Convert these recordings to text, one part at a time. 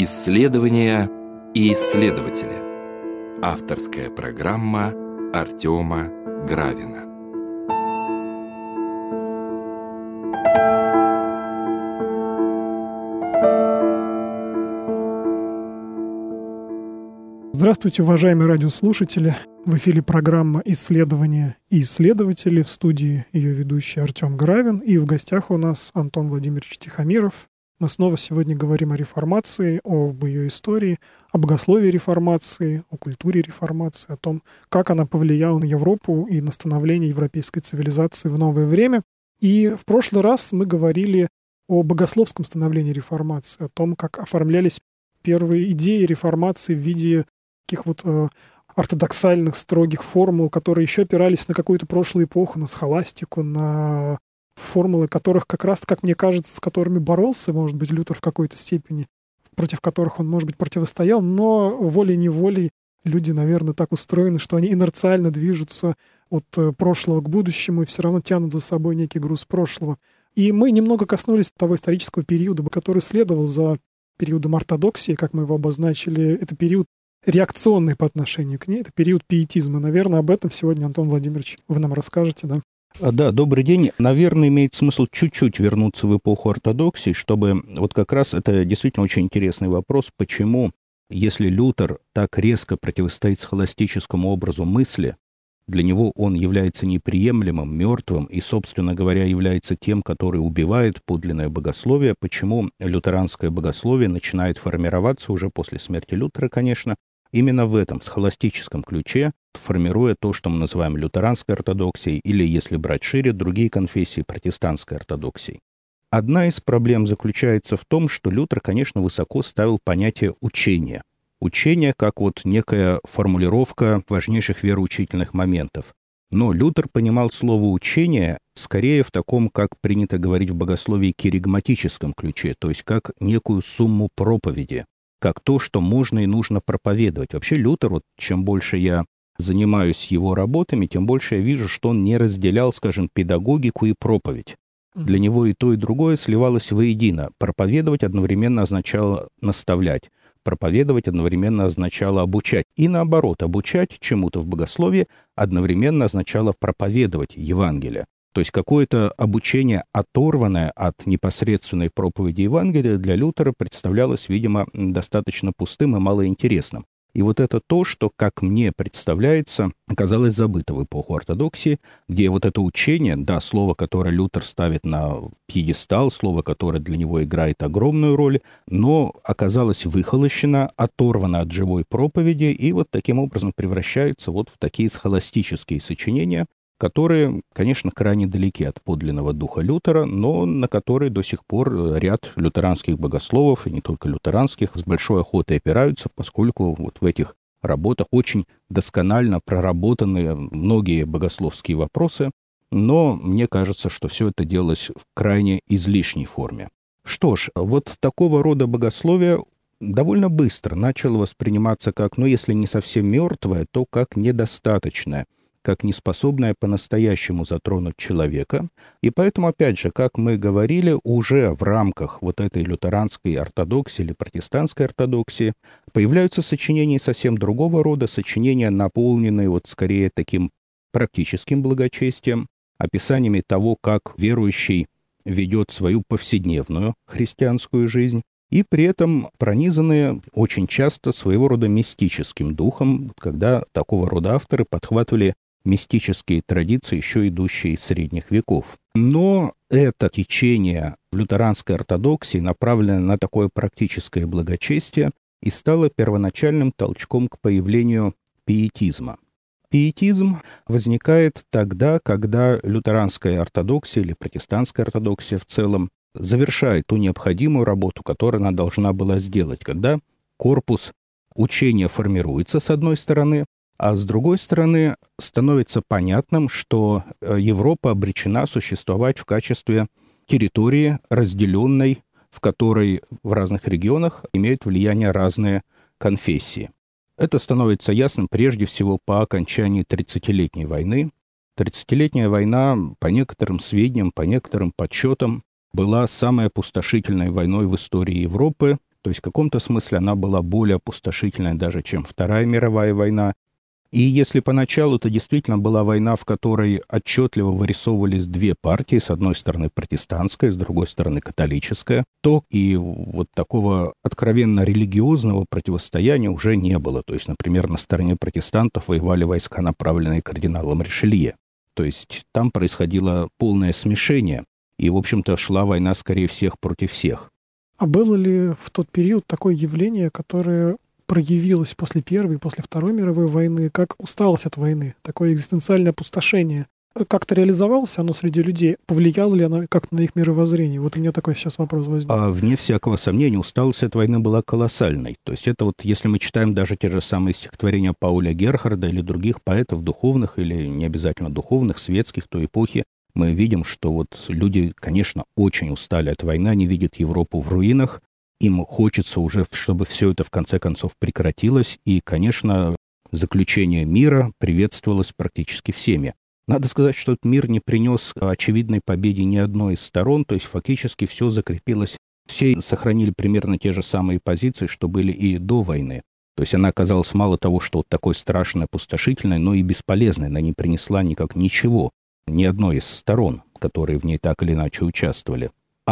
Исследования и исследователи. Авторская программа Артема Гравина. Здравствуйте, уважаемые радиослушатели! В эфире программа «Исследования и исследователи», в студии ее ведущий Артем Гравин, и в гостях у нас Антон Владимирович Тихомиров. Мы снова сегодня говорим о реформации, об ее истории, о богословии реформации, о культуре реформации, о том, как она повлияла на Европу и на становление европейской цивилизации в новое время. И в прошлый раз мы говорили о богословском становлении реформации, о том, как оформлялись первые идеи реформации в виде таких вот ортодоксальных, строгих формул, которые еще опирались на какую-то прошлую эпоху, на схоластику, на формулы которых как раз, как мне кажется, с которыми боролся, может быть, Лютер в какой-то степени, против которых он, может быть, противостоял, но волей-неволей люди, наверное, так устроены, что они инерциально движутся от прошлого к будущему и все равно тянут за собой некий груз прошлого. И мы немного коснулись того исторического периода, который следовал за периодом ортодоксии, как мы его обозначили. Это период реакционный по отношению к ней, это период пиетизма. Наверное, об этом сегодня, Антон Владимирович, вы нам расскажете, да? Да, добрый день. Наверное, имеет смысл чуть-чуть вернуться в эпоху ортодоксии, чтобы вот как раз это действительно очень интересный вопрос, почему, если Лютер так резко противостоит схоластическому образу мысли, для него он является неприемлемым, мертвым и, собственно говоря, является тем, который убивает подлинное богословие, почему лютеранское богословие начинает формироваться уже после смерти Лютера, конечно, именно в этом схоластическом ключе, формируя то, что мы называем лютеранской ортодоксией, или, если брать шире, другие конфессии протестантской ортодоксией. Одна из проблем заключается в том, что Лютер, конечно, высоко ставил понятие учения. Учение как вот некая формулировка важнейших вероучительных моментов. Но Лютер понимал слово «учение» скорее в таком, как принято говорить в богословии, киригматическом ключе, то есть как некую сумму проповеди, как то, что можно и нужно проповедовать. Вообще Лютер, вот чем больше я занимаюсь его работами, тем больше я вижу, что он не разделял, скажем, педагогику и проповедь. Для него и то, и другое сливалось воедино. Проповедовать одновременно означало наставлять. Проповедовать одновременно означало обучать. И наоборот, обучать чему-то в богословии одновременно означало проповедовать Евангелие. То есть какое-то обучение, оторванное от непосредственной проповеди Евангелия, для Лютера представлялось, видимо, достаточно пустым и малоинтересным. И вот это то, что, как мне представляется, оказалось забыто в эпоху ортодоксии, где вот это учение, да, слово, которое Лютер ставит на пьедестал, слово, которое для него играет огромную роль, но оказалось выхолощено, оторвано от живой проповеди и вот таким образом превращается вот в такие схоластические сочинения, которые, конечно, крайне далеки от подлинного духа Лютера, но на которые до сих пор ряд лютеранских богословов, и не только лютеранских, с большой охотой опираются, поскольку вот в этих работах очень досконально проработаны многие богословские вопросы, но мне кажется, что все это делалось в крайне излишней форме. Что ж, вот такого рода богословие довольно быстро начало восприниматься как, ну, если не совсем мертвое, то как недостаточное, как неспособная по-настоящему затронуть человека. И поэтому, опять же, как мы говорили, уже в рамках вот этой лютеранской ортодоксии или протестантской ортодоксии появляются сочинения совсем другого рода, сочинения, наполненные вот скорее таким практическим благочестием, описаниями того, как верующий ведет свою повседневную христианскую жизнь, и при этом пронизанные очень часто своего рода мистическим духом, когда такого рода авторы подхватывали мистические традиции, еще идущие из средних веков. Но это течение в лютеранской ортодоксии направлено на такое практическое благочестие и стало первоначальным толчком к появлению пиетизма. Пиетизм возникает тогда, когда лютеранская ортодоксия или протестантская ортодоксия в целом завершает ту необходимую работу, которую она должна была сделать, когда корпус учения формируется, с одной стороны, а с другой стороны, становится понятным, что Европа обречена существовать в качестве территории, разделенной, в которой в разных регионах имеют влияние разные конфессии. Это становится ясным прежде всего по окончании 30-летней войны. 30-летняя война, по некоторым сведениям, по некоторым подсчетам, была самой опустошительной войной в истории Европы. То есть в каком-то смысле она была более опустошительной даже, чем Вторая мировая война. И если поначалу это действительно была война, в которой отчетливо вырисовывались две партии, с одной стороны протестантская, с другой стороны католическая, то и вот такого откровенно религиозного противостояния уже не было. То есть, например, на стороне протестантов воевали войска, направленные кардиналом Ришелье. То есть там происходило полное смешение, и, в общем-то, шла война скорее всех против всех. А было ли в тот период такое явление, которое проявилось после Первой и после Второй мировой войны, как усталость от войны, такое экзистенциальное опустошение? Как-то реализовалось оно среди людей? Повлияло ли оно как-то на их мировоззрение? Вот у меня такой сейчас вопрос возник. Вне всякого сомнения, усталость от войны была колоссальной. То есть это вот, если мы читаем даже те же самые стихотворения Пауля Герхарда или других поэтов духовных, или не обязательно духовных, светских той эпохи, мы видим, что вот люди, конечно, очень устали от войны, они видят Европу в руинах, им хочется уже, чтобы все это в конце концов прекратилось, и, конечно, заключение мира приветствовалось практически всеми. Надо сказать, что этот мир не принес очевидной победе ни одной из сторон, то есть фактически все закрепилось, все сохранили примерно те же самые позиции, что были и до войны. То есть она оказалась мало того, что вот такой страшной, опустошительной, но и бесполезной, она не принесла никак ничего, ни одной из сторон, которые в ней так или иначе участвовали.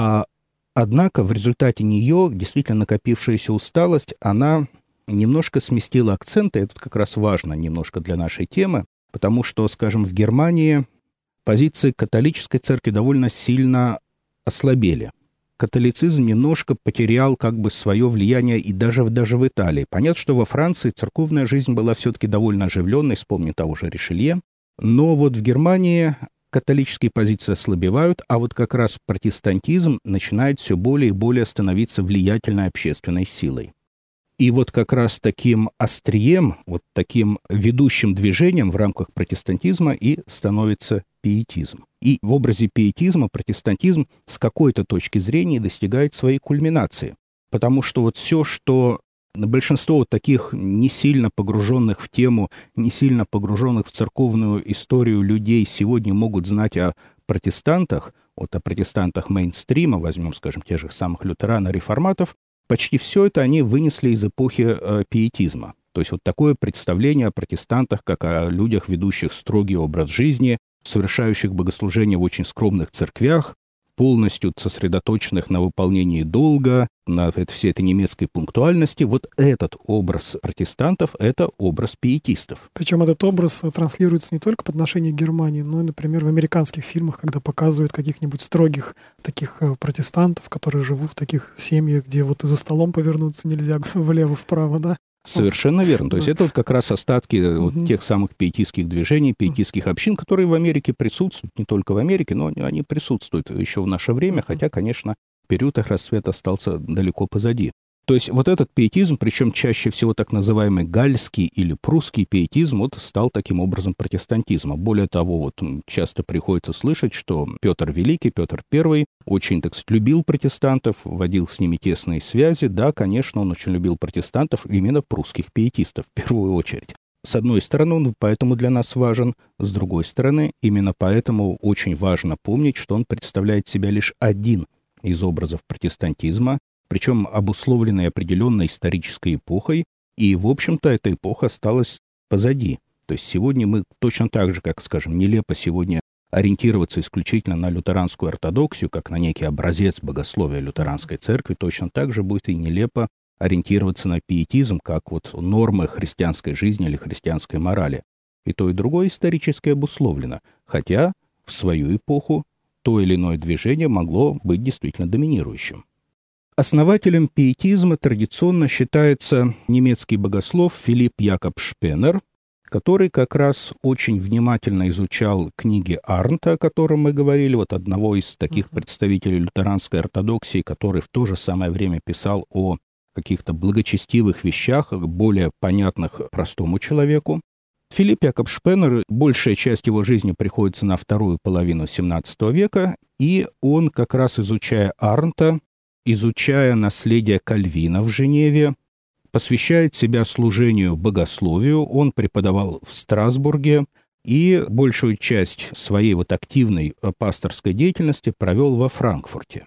Однако в результате нее действительно накопившаяся усталость, она немножко сместила акценты, это как раз важно немножко для нашей темы, потому что, скажем, в Германии позиции католической церкви довольно сильно ослабели. Католицизм немножко потерял как бы свое влияние и даже в Италии. Понятно, что во Франции церковная жизнь была все-таки довольно оживленной, вспомни того же Ришелье, но вот в Германии католические позиции ослабевают, а вот как раз протестантизм начинает все более и более становиться влиятельной общественной силой. И вот как раз таким острием, вот таким ведущим движением в рамках протестантизма и становится пиетизм. И в образе пиетизма протестантизм с какой-то точки зрения достигает своей кульминации. Потому что вот все, что большинство вот таких не сильно погруженных в тему, не сильно погруженных в церковную историю людей сегодня могут знать о протестантах, вот о протестантах мейнстрима, возьмем, скажем, тех же самых лютеран, реформатов, почти все это они вынесли из эпохи пиетизма. То есть вот такое представление о протестантах, как о людях, ведущих строгий образ жизни, совершающих богослужения в очень скромных церквях, полностью сосредоточенных на выполнении долга, на всей этой немецкой пунктуальности. Вот этот образ протестантов – это образ пиетистов. Причем этот образ транслируется не только по отношению к Германии, но и, например, в американских фильмах, когда показывают каких-нибудь строгих таких протестантов, которые живут в таких семьях, где вот и за столом повернуться нельзя влево-вправо, да? Совершенно верно. То есть это вот как раз остатки вот тех самых пиетистских движений, пиетистских общин, которые в Америке присутствуют, не только в Америке, но они присутствуют еще в наше время, хотя, конечно, период их расцвета остался далеко позади. То есть вот этот пиетизм, причем чаще всего так называемый гальский или прусский пиетизм, вот стал таким образом протестантизмом. Более того, вот часто приходится слышать, что Петр Великий, Петр I очень, так сказать, любил протестантов, вводил с ними тесные связи. Да, конечно, он очень любил протестантов, именно прусских пиетистов в первую очередь. С одной стороны, он поэтому для нас важен, с другой стороны, именно поэтому очень важно помнить, что он представляет себя лишь один из образов протестантизма, причем обусловленной определенной исторической эпохой, и, в общем-то, эта эпоха осталась позади. То есть сегодня мы точно так же, как, скажем, нелепо сегодня ориентироваться исключительно на лютеранскую ортодоксию, как на некий образец богословия лютеранской церкви, точно так же будет и нелепо ориентироваться на пиетизм, как вот нормы христианской жизни или христианской морали. И то, и другое исторически обусловлено, хотя в свою эпоху то или иное движение могло быть действительно доминирующим. Основателем пиетизма традиционно считается немецкий богослов Филипп Якоб Шпеннер, который как раз очень внимательно изучал книги Арнта, о котором мы говорили, вот одного из таких представителей лютеранской ортодоксии, который в то же самое время писал о каких-то благочестивых вещах, более понятных простому человеку. Филипп Якоб Шпеннер, большая часть его жизни приходится на вторую половину XVII века, и он как раз, изучая Арнта, изучая наследие Кальвина в Женеве, посвящает себя служению богословию. Он преподавал в Страсбурге и большую часть своей вот активной пасторской деятельности провел во Франкфурте.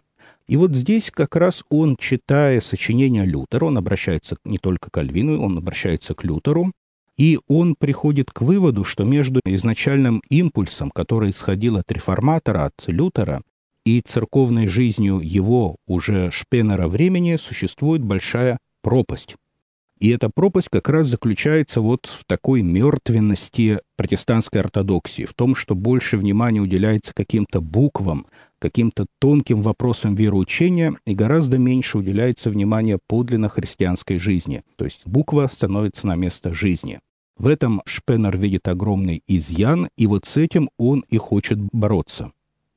И вот здесь как раз он, читая сочинения Лютера, он обращается не только к Кальвину, он обращается к Лютеру, и он приходит к выводу, что между изначальным импульсом, который исходил от реформатора, от Лютера, и церковной жизнью его уже Шпеннера времени существует большая пропасть. И эта пропасть как раз заключается вот в такой мертвенности протестантской ортодоксии, в том, что больше внимания уделяется каким-то буквам, каким-то тонким вопросам вероучения, и гораздо меньше уделяется внимания подлинно христианской жизни. То есть буква становится на место жизни. В этом Шпеннер видит огромный изъян, и вот с этим он и хочет бороться.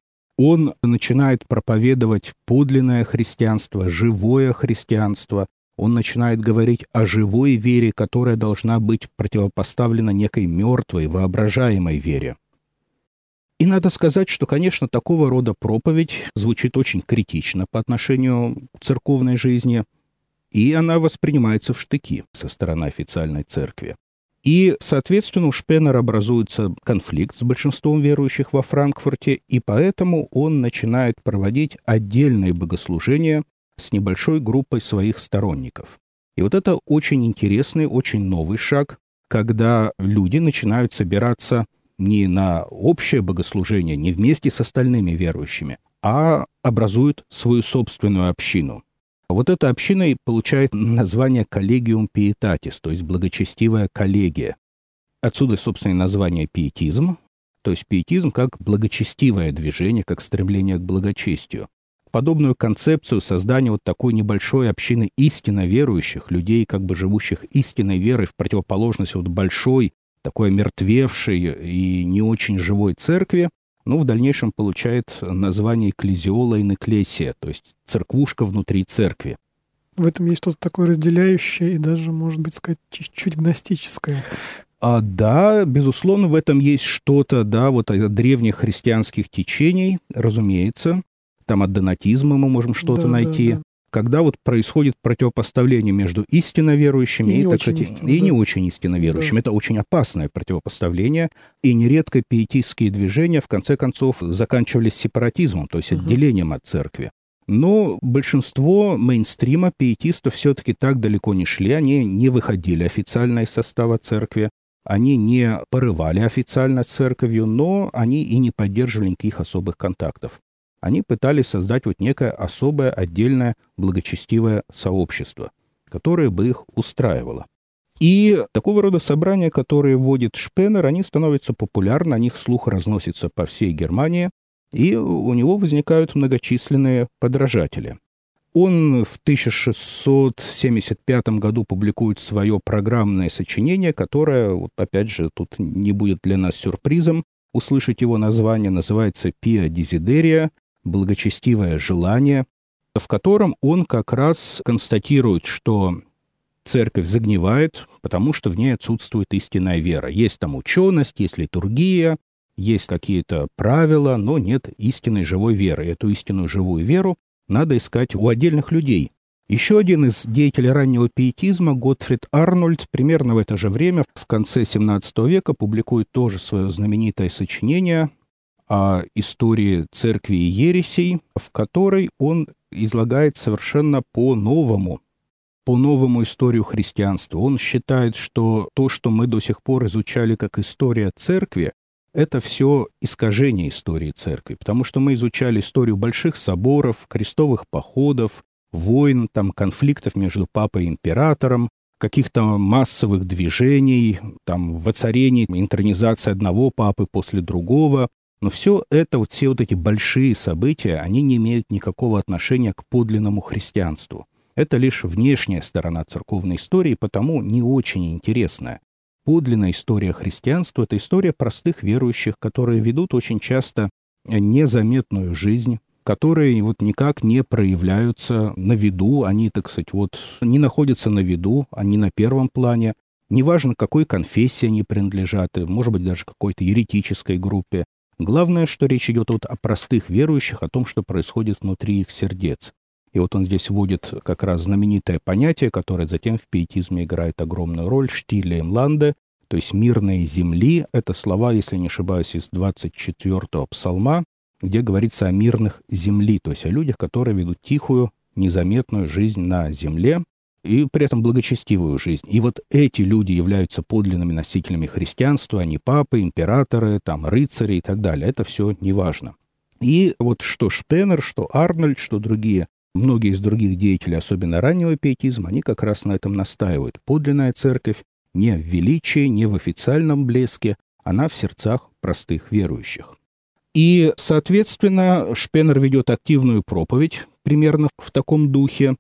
Он начинает проповедовать подлинное христианство, живое христианство. Он начинает говорить о живой вере, которая должна быть противопоставлена некой мертвой, воображаемой вере. И надо сказать, что, конечно, такого рода проповедь звучит очень критично по отношению к церковной жизни, и она воспринимается в штыки со стороны официальной церкви. И, соответственно, у Шпеннера образуется конфликт с большинством верующих во Франкфурте, и поэтому он начинает проводить отдельные богослужения с небольшой группой своих сторонников. И вот это очень интересный, очень новый шаг, когда люди начинают собираться не на общее богослужение, не вместе с остальными верующими, а образуют свою собственную общину. Вот эта община и получает название «Collegium Pietatis», то есть «благочестивая коллегия». Отсюда, собственно, и название «пиетизм», то есть пиетизм как благочестивое движение, как стремление к благочестию. Подобную концепцию создания вот такой небольшой общины истинно верующих, людей, как бы живущих истинной верой, в противоположность вот большой, такой омертвевшей и не очень живой церкви, в дальнейшем получает название «экклезиола ин экклесия», то есть церквушка внутри церкви. В этом есть что-то такое разделяющее и даже, может быть, сказать, чуть-чуть гностическое. Да, безусловно, в этом есть что-то, вот от древних христианских течений, разумеется. Там от донатизма мы можем что-то найти. Да. Когда вот происходит противопоставление между истинно верующими и не очень истинно верующими. Да. Это очень опасное противопоставление. И нередко пиетистские движения, в конце концов, заканчивались сепаратизмом, то есть отделением от церкви. Но большинство мейнстрима пиетистов все-таки так далеко не шли. Они не выходили официально из состава церкви. Они не порывали официально с церковью, но они и не поддерживали никаких особых контактов. Они пытались создать вот некое особое, отдельное, благочестивое сообщество, которое бы их устраивало. И такого рода собрания, которые вводит Шпеннер, они становятся популярны, о них слух разносится по всей Германии, и у него возникают многочисленные подражатели. Он в 1675 году публикует свое программное сочинение, которое, вот опять же, тут не будет для нас сюрпризом услышать его название, называется «Pia Desideria», «Благочестивое желание», в котором он как раз констатирует, что церковь загнивает, потому что в ней отсутствует истинная вера. Есть там ученость, есть литургия, есть какие-то правила, но нет истинной живой веры. Эту истинную живую веру надо искать у отдельных людей. Еще один из деятелей раннего пиетизма, Готфрид Арнольд, примерно в это же время, в конце XVII века, публикует тоже свое знаменитое сочинение о истории церкви и ересей, в которой он излагает совершенно по-новому историю христианства. Он считает, что то, что мы до сих пор изучали как история церкви, это все искажение истории церкви, потому что мы изучали историю больших соборов, крестовых походов, войн, конфликтов между папой и императором, каких-то массовых движений, воцарений, интронизации одного папы после другого. Но все это, все эти большие события, они не имеют никакого отношения к подлинному христианству. Это лишь внешняя сторона церковной истории, потому не очень интересная. Подлинная история христианства – это история простых верующих, которые ведут очень часто незаметную жизнь, которые никак не проявляются на виду, они, не находятся на виду, они на первом плане. Неважно, какой конфессии они принадлежат, может быть, даже какой-то еретической группе. Главное, что речь идет о простых верующих, о том, что происходит внутри их сердец. И он здесь вводит как раз знаменитое понятие, которое затем в пиетизме играет огромную роль, «Stille im Lande», то есть «мирные земли». Это слова, если не ошибаюсь, из 24-го псалма, где говорится о мирных земли, то есть о людях, которые ведут тихую, незаметную жизнь на земле и при этом благочестивую жизнь. И вот эти люди являются подлинными носителями христианства, а не папы, императоры, там, рыцари и так далее. Это все неважно. И вот что Шпеннер, что Арнольд, что другие, многие из других деятелей, особенно раннего пиетизма, они как раз на этом настаивают. Подлинная церковь не в величии, не в официальном блеске, она в сердцах простых верующих. И, соответственно, Шпеннер ведет активную проповедь примерно в таком духе.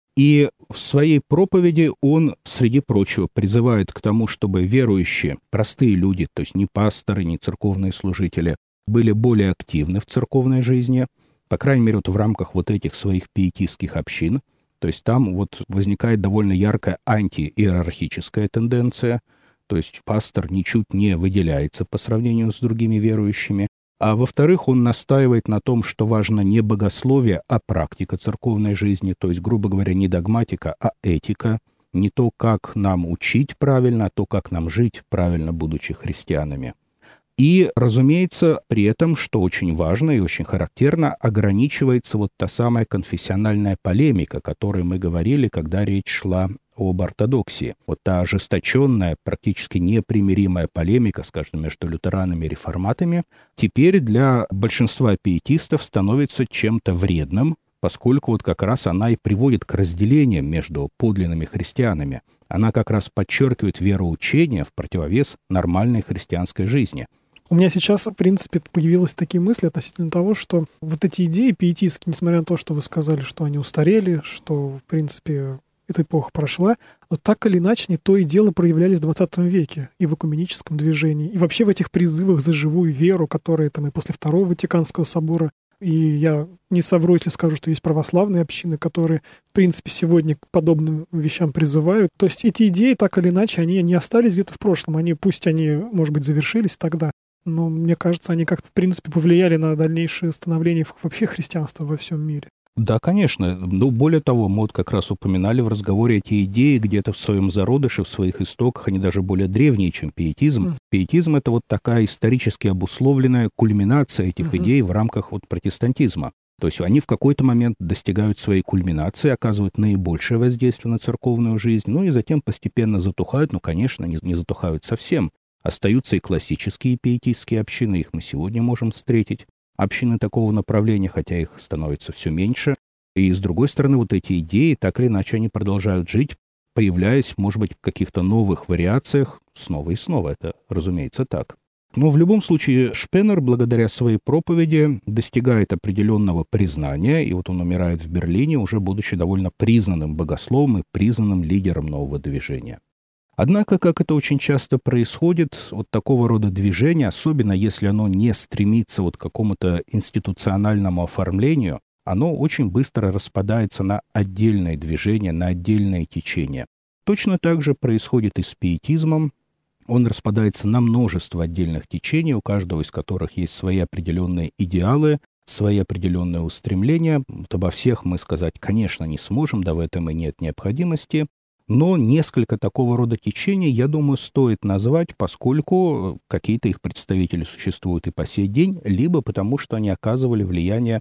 И в своей проповеди он, среди прочего, призывает к тому, чтобы верующие, простые люди, то есть не пасторы, не церковные служители, были более активны в церковной жизни, по крайней мере, вот в рамках вот этих своих пиетистских общин. То есть там вот возникает довольно яркая антииерархическая тенденция, то есть пастор ничуть не выделяется по сравнению с другими верующими. А во-вторых, он настаивает на том, что важно не богословие, а практика церковной жизни, то есть, грубо говоря, не догматика, а этика, не то, как нам учить правильно, а то, как нам жить правильно, будучи христианами. И, разумеется, при этом, что очень важно и очень характерно, ограничивается вот та самая конфессиональная полемика, о которой мы говорили, когда речь шла об ортодоксии. Вот та ожесточенная, практически непримиримая полемика, скажем, между лютеранами и реформатами, теперь для большинства пиетистов становится чем-то вредным, поскольку вот как раз она и приводит к разделениям между подлинными христианами. Она как раз подчеркивает вероучение в противовес нормальной христианской жизни. У меня сейчас, в принципе, появились такие мысли относительно того, что вот эти идеи пиетистские, несмотря на то, что вы сказали, что они устарели, что, в принципе, эта эпоха прошла, но так или иначе не то и дело проявлялись в 20 веке и в экуменическом движении, и вообще в этих призывах за живую веру, которые там и после Второго Ватиканского собора. И я не совру, если скажу, что есть православные общины, которые, в принципе, сегодня к подобным вещам призывают. То есть эти идеи, так или иначе, они не остались где-то в прошлом. Пусть они, может быть, завершились тогда, но, мне кажется, они как-то, в принципе, повлияли на дальнейшее становление вообще христианства во всем мире. Да, конечно. Но более того, мы вот как раз упоминали в разговоре эти идеи где-то в своем зародыше, в своих истоках, они даже более древние, чем пиетизм. Пиетизм — это вот такая исторически обусловленная кульминация этих идей в рамках вот протестантизма. То есть они в какой-то момент достигают своей кульминации, оказывают наибольшее воздействие на церковную жизнь, ну и затем постепенно затухают, но, конечно, не затухают совсем. Остаются и классические пиетистские общины, их мы сегодня можем встретить. Общины такого направления, хотя их становится все меньше. И, с другой стороны, вот эти идеи, так или иначе, они продолжают жить, появляясь, может быть, в каких-то новых вариациях снова и снова. Это, разумеется, так. Но в любом случае Шпеннер, благодаря своей проповеди, достигает определенного признания, и вот он умирает в Берлине, уже будучи довольно признанным богословом и признанным лидером нового движения. Однако, как это очень часто происходит, вот такого рода движение, особенно если оно не стремится вот к какому-то институциональному оформлению, оно очень быстро распадается на отдельные движения, на отдельные течения. Точно так же происходит и с пиетизмом. Он распадается на множество отдельных течений, у каждого из которых есть свои определенные идеалы, свои определенные устремления. Вот обо всех мы сказать, конечно, не сможем, да в этом и нет необходимости. Но несколько такого рода течений, я думаю, стоит назвать, поскольку какие-то их представители существуют и по сей день, либо потому, что они оказывали влияние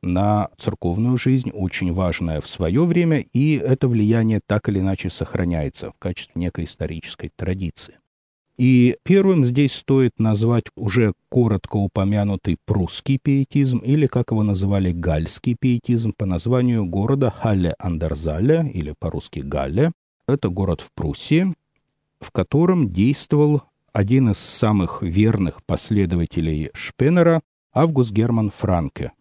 на церковную жизнь, очень важное в свое время, и это влияние так или иначе сохраняется в качестве некой исторической традиции. И первым здесь стоит назвать уже коротко упомянутый прусский пиетизм, или, как его называли, гальский пиетизм, по названию города Халле-ан-дер-Залле, или по-русски Галле. Это город в Пруссии, в котором действовал один из самых верных последователей Шпеннера, Август Герман Франке.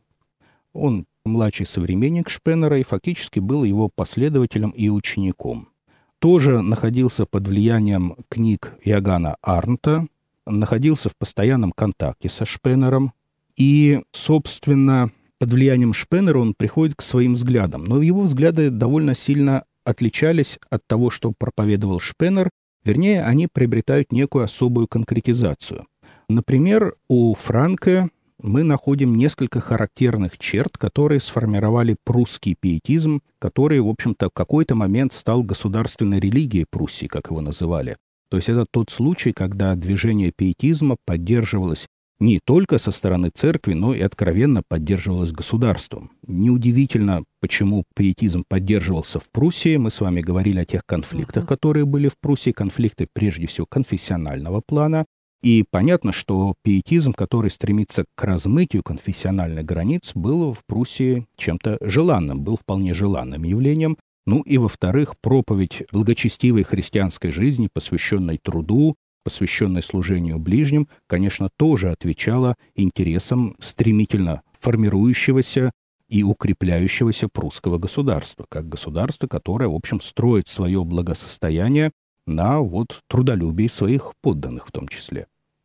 Он младший современник Шпеннера и фактически был его последователем и учеником. Тоже находился под влиянием книг Иоганна Арндта, находился в постоянном контакте со Шпеннером. И, собственно, под влиянием Шпеннера он приходит к своим взглядам. Но его взгляды довольно сильно отличались от того, что проповедовал Шпеннер, вернее, они приобретают некую особую конкретизацию. Например, у Франке мы находим несколько характерных черт, которые сформировали прусский пиетизм, который, в общем-то, в какой-то момент стал государственной религией Пруссии, как его называли. То есть это тот случай, когда движение пиетизма поддерживалось не только со стороны церкви, но и откровенно поддерживалась государством. Неудивительно, почему пиетизм поддерживался в Пруссии. Мы с вами говорили о тех конфликтах, которые были в Пруссии. Конфликты, прежде всего, конфессионального плана. И понятно, что пиетизм, который стремится к размытию конфессиональных границ, был в Пруссии чем-то желанным, был вполне желанным явлением. Ну и, во-вторых, проповедь благочестивой христианской жизни, посвященной труду, посвященной служению ближним, конечно, тоже отвечала интересам стремительно формирующегося и укрепляющегося прусского государства, как государство, которое, в общем, строит свое благосостояние на трудолюбии своих подданных в том числе.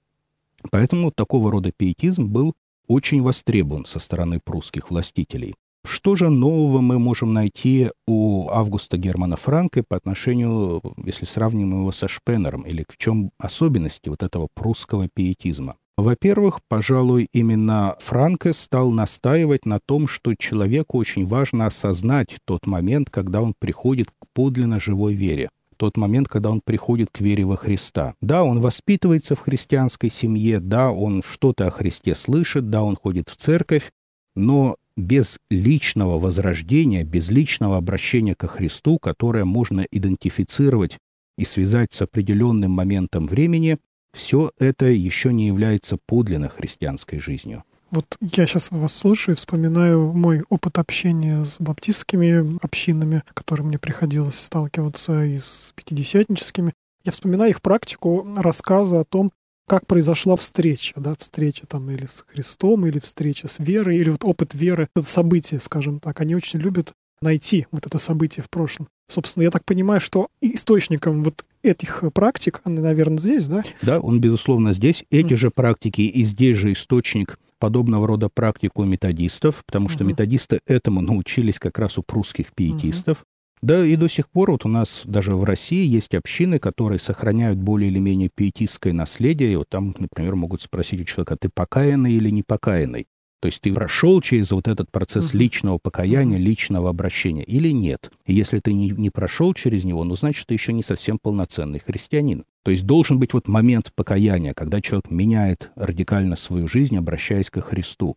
Поэтому такого рода пиетизм был очень востребован со стороны прусских властителей. Что же нового мы можем найти у Августа Германа Франке по отношению, если сравним его со Шпеннером, или в чем особенности этого прусского пиетизма? Во-первых, пожалуй, именно Франке стал настаивать на том, что человеку очень важно осознать тот момент, когда он приходит к подлинно живой вере, тот момент, когда он приходит к вере во Христа. Да, он воспитывается в христианской семье, да, он что-то о Христе слышит, да, он ходит в церковь, но без личного возрождения, без личного обращения ко Христу, которое можно идентифицировать и связать с определенным моментом времени, все это еще не является подлинно христианской жизнью. Вот я сейчас вас слушаю и вспоминаю мой опыт общения с баптистскими общинами, которым мне приходилось сталкиваться, и с пятидесятническими. Я вспоминаю их практику рассказа о том, как произошла встреча, встреча или с Христом, или встреча с верой, или опыт веры, это событие, скажем так. Они очень любят найти это событие в прошлом. Собственно, я так понимаю, что источником этих практик, наверное, здесь, да? Да, он, безусловно, здесь. Эти же практики, и здесь же источник подобного рода практик у методистов, потому что методисты этому научились как раз у прусских пиетистов. Да, и до сих пор у нас даже в России есть общины, которые сохраняют более или менее пиетистское наследие. И там, например, могут спросить у человека, ты покаянный или не покаянный? То есть ты прошел через этот процесс личного покаяния, личного обращения или нет? И если ты не прошел через него, значит, ты еще не совсем полноценный христианин. То есть должен быть момент покаяния, когда человек меняет радикально свою жизнь, обращаясь ко Христу.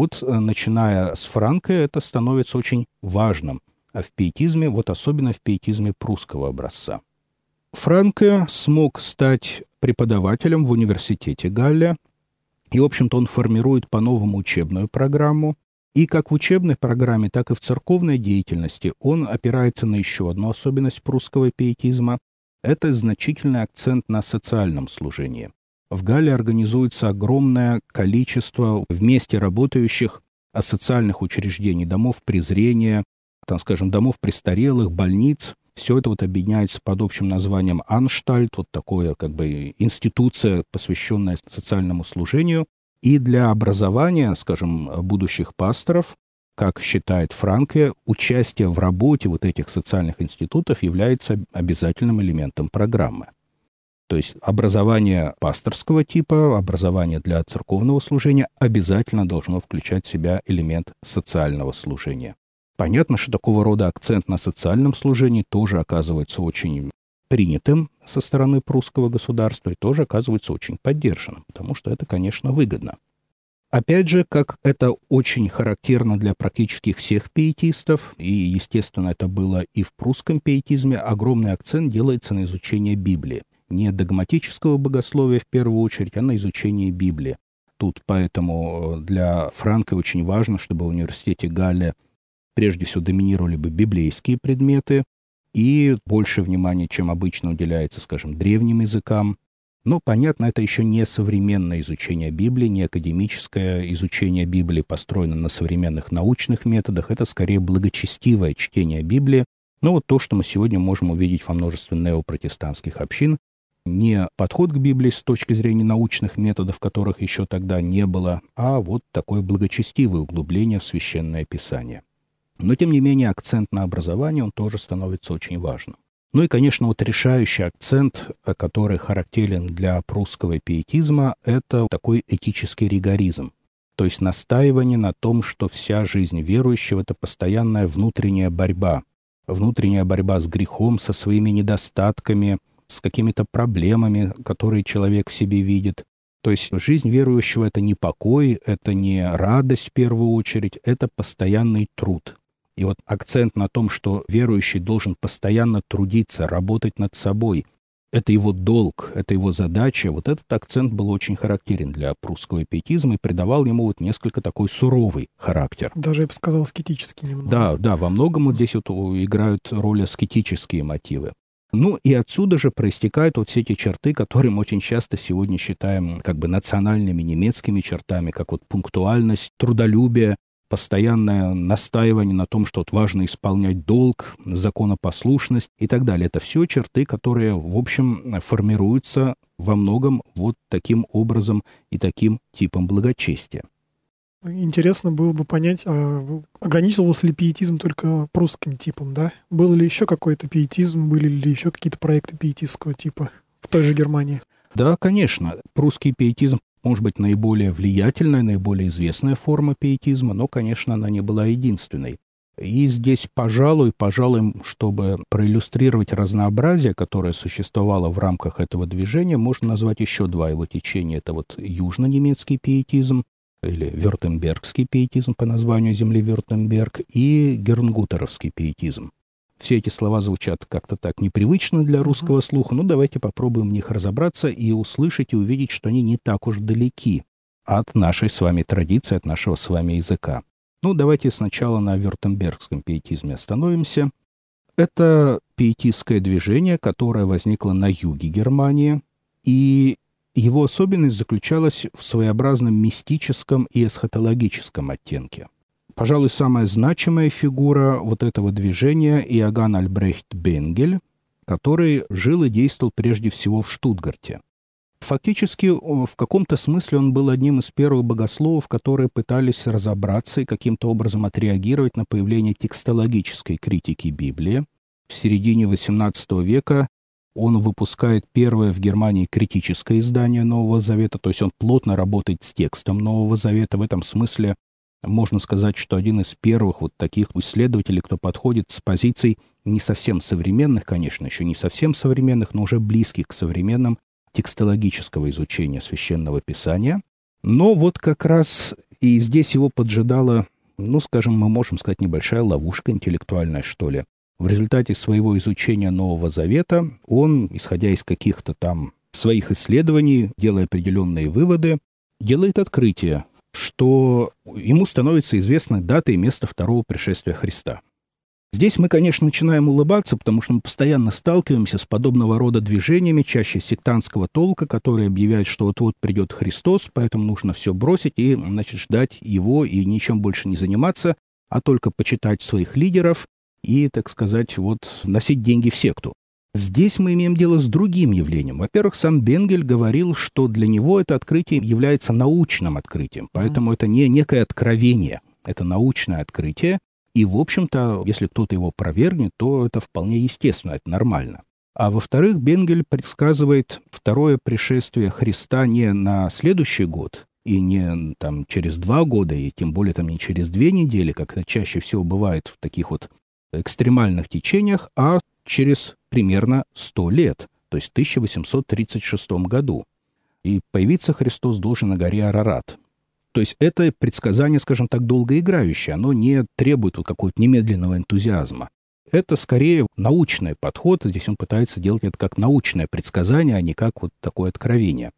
Начиная с Франка, это становится очень важным. А в пиетизме, особенно в пиетизме прусского образца. Франке смог стать преподавателем в университете Галле, и, в общем-то, он формирует по-новому учебную программу. И как в учебной программе, так и в церковной деятельности он опирается на еще одну особенность прусского пиетизма. Это значительный акцент на социальном служении. В Галле организуется огромное количество вместе работающих социальных учреждений, домов презрения, домов престарелых, больниц. Все это объединяется под общим названием «Анштальт», такое институция, посвященная социальному служению. И для образования, будущих пасторов, как считает Франке, участие в работе этих социальных институтов является обязательным элементом программы. То есть образование пасторского типа, образование для церковного служения обязательно должно включать в себя элемент социального служения. Понятно, что такого рода акцент на социальном служении тоже оказывается очень принятым со стороны прусского государства и тоже оказывается очень поддержанным, потому что это, конечно, выгодно. Опять же, как это очень характерно для практически всех пиетистов, и, естественно, это было и в прусском пиетизме, огромный акцент делается на изучение Библии. Не догматического богословия в первую очередь, а на изучение Библии. Тут поэтому для Франка очень важно, чтобы в университете Галле прежде всего доминировали бы библейские предметы, и больше внимания, чем обычно, уделяется, древним языкам. Но, понятно, это еще не современное изучение Библии, не академическое изучение Библии, построено на современных научных методах. Это скорее благочестивое чтение Библии. Но то, что мы сегодня можем увидеть во множестве неопротестантских общин, не подход к Библии с точки зрения научных методов, которых еще тогда не было, а такое благочестивое углубление в Священное Писание. Но, тем не менее, акцент на образование, он тоже становится очень важным. Ну и, конечно, решающий акцент, который характерен для прусского пиетизма, это такой этический ригоризм. То есть настаивание на том, что вся жизнь верующего – это постоянная внутренняя борьба. Внутренняя борьба с грехом, со своими недостатками, с какими-то проблемами, которые человек в себе видит. То есть жизнь верующего — это не покой, это не радость в первую очередь, это постоянный труд. И вот акцент на том, что верующий должен постоянно трудиться, работать над собой, это его долг, это его задача. Вот этот акцент был очень характерен для прусского пиетизма и придавал ему вот несколько такой суровый характер. Даже, я бы сказал, аскетический немного. Да, во многом вот здесь вот играют роль аскетические мотивы. Ну и отсюда же проистекают вот все эти черты, которые мы очень часто сегодня считаем как бы национальными немецкими чертами, как вот пунктуальность, трудолюбие, постоянное настаивание на том, что вот важно исполнять долг, законопослушность и так далее. Это все черты, которые, в общем, формируются во многом вот таким образом и таким типом благочестия. Интересно было бы понять, ограничивался ли пиетизм только прусским типом, да? Был ли еще какой-то пиетизм, были ли еще какие-то проекты пиетистского типа в той же Германии? Да, конечно. Прусский пиетизм может быть наиболее влиятельная, наиболее известная форма пиетизма, но, конечно, она не была единственной. И здесь, пожалуй, чтобы проиллюстрировать разнообразие, которое существовало в рамках этого движения, можно назвать еще два его течения. Это вот южно-немецкий пиетизм, или вюртембергский пиетизм по названию земли Вюртемберг, и гернгутеровский пиетизм. Все эти слова звучат как-то так непривычно для русского слуха, но давайте попробуем в них разобраться и услышать, и увидеть, что они не так уж далеки от нашей с вами традиции, от нашего с вами языка. Ну, давайте сначала на вюртембергском пиетизме остановимся. Это пиетистское движение, которое возникло на юге Германии, и его особенность заключалась в своеобразном мистическом и эсхатологическом оттенке. Пожалуй, самая значимая фигура вот этого движения — Иоганн Альбрехт Бенгель, который жил и действовал прежде всего в Штутгарте. Фактически, в каком-то смысле он был одним из первых богословов, которые пытались разобраться и каким-то образом отреагировать на появление текстологической критики Библии. В середине XVIII века он выпускает первое в Германии критическое издание Нового Завета, то есть он плотно работает с текстом Нового Завета. В этом смысле можно сказать, что один из первых вот таких исследователей, кто подходит с позиций не совсем современных, конечно, еще не совсем современных, но уже близких к современным, текстологического изучения Священного Писания. Но вот как раз и здесь его поджидала, ну, скажем, мы можем сказать, небольшая ловушка интеллектуальная, что ли. В результате своего изучения Нового Завета он, исходя из каких-то там своих исследований, делая определенные выводы, делает открытие, что ему становится известна дата и место второго пришествия Христа. Здесь мы, конечно, начинаем улыбаться, потому что мы постоянно сталкиваемся с подобного рода движениями, чаще сектантского толка, которые объявляют, что вот-вот придет Христос, поэтому нужно все бросить и, значит, ждать его и ничем больше не заниматься, а только почитать своих лидеров и, так сказать, вот носить деньги в секту. Здесь мы имеем дело с другим явлением. Во-первых, сам Бенгель говорил, что для него это открытие является научным открытием, поэтому это не некое откровение, это научное открытие. И, в общем-то, если кто-то его опровергнет, то это вполне естественно, это нормально. А во-вторых, Бенгель предсказывает второе пришествие Христа не на следующий год, и не там, через 2 года, и тем более там, не через 2 недели, как это чаще всего бывает в таких вот экстремальных течениях, а через примерно 100 лет, то есть в 1836 году. И появиться Христос должен на горе Арарат. То есть это предсказание, скажем так, долгоиграющее, оно не требует вот какого-то немедленного энтузиазма. Это скорее научный подход, здесь он пытается делать это как научное предсказание, а не как вот такое откровение.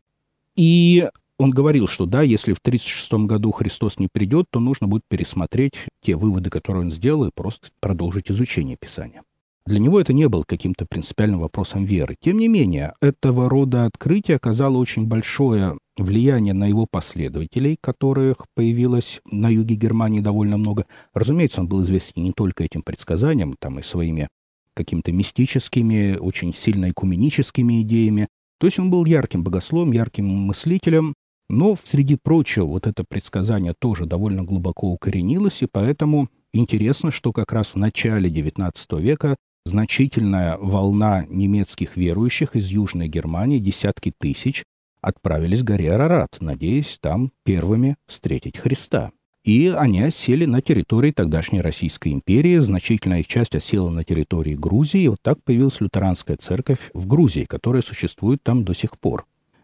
И он говорил, что да, если в 1936 году Христос не придет, то нужно будет пересмотреть те выводы, которые он сделал, и просто продолжить изучение Писания. Для него это не было каким-то принципиальным вопросом веры. Тем не менее, этого рода открытие оказало очень большое влияние на его последователей, которых появилось на юге Германии довольно много. Разумеется, он был известен не только этим предсказанием, там и своими какими-то мистическими, очень сильно экуменическими идеями. То есть он был ярким богословом, ярким мыслителем, но среди прочего вот это предсказание тоже довольно глубоко укоренилось, и поэтому интересно, что как раз в начале XIX века значительная волна немецких верующих из Южной Германии, десятки тысяч, отправились к горе Арарат, надеясь там первыми встретить Христа. И они осели на территории тогдашней Российской империи, значительная их часть осела на территории Грузии, и вот так появилась лютеранская церковь в Грузии, которая существует там до сих пор.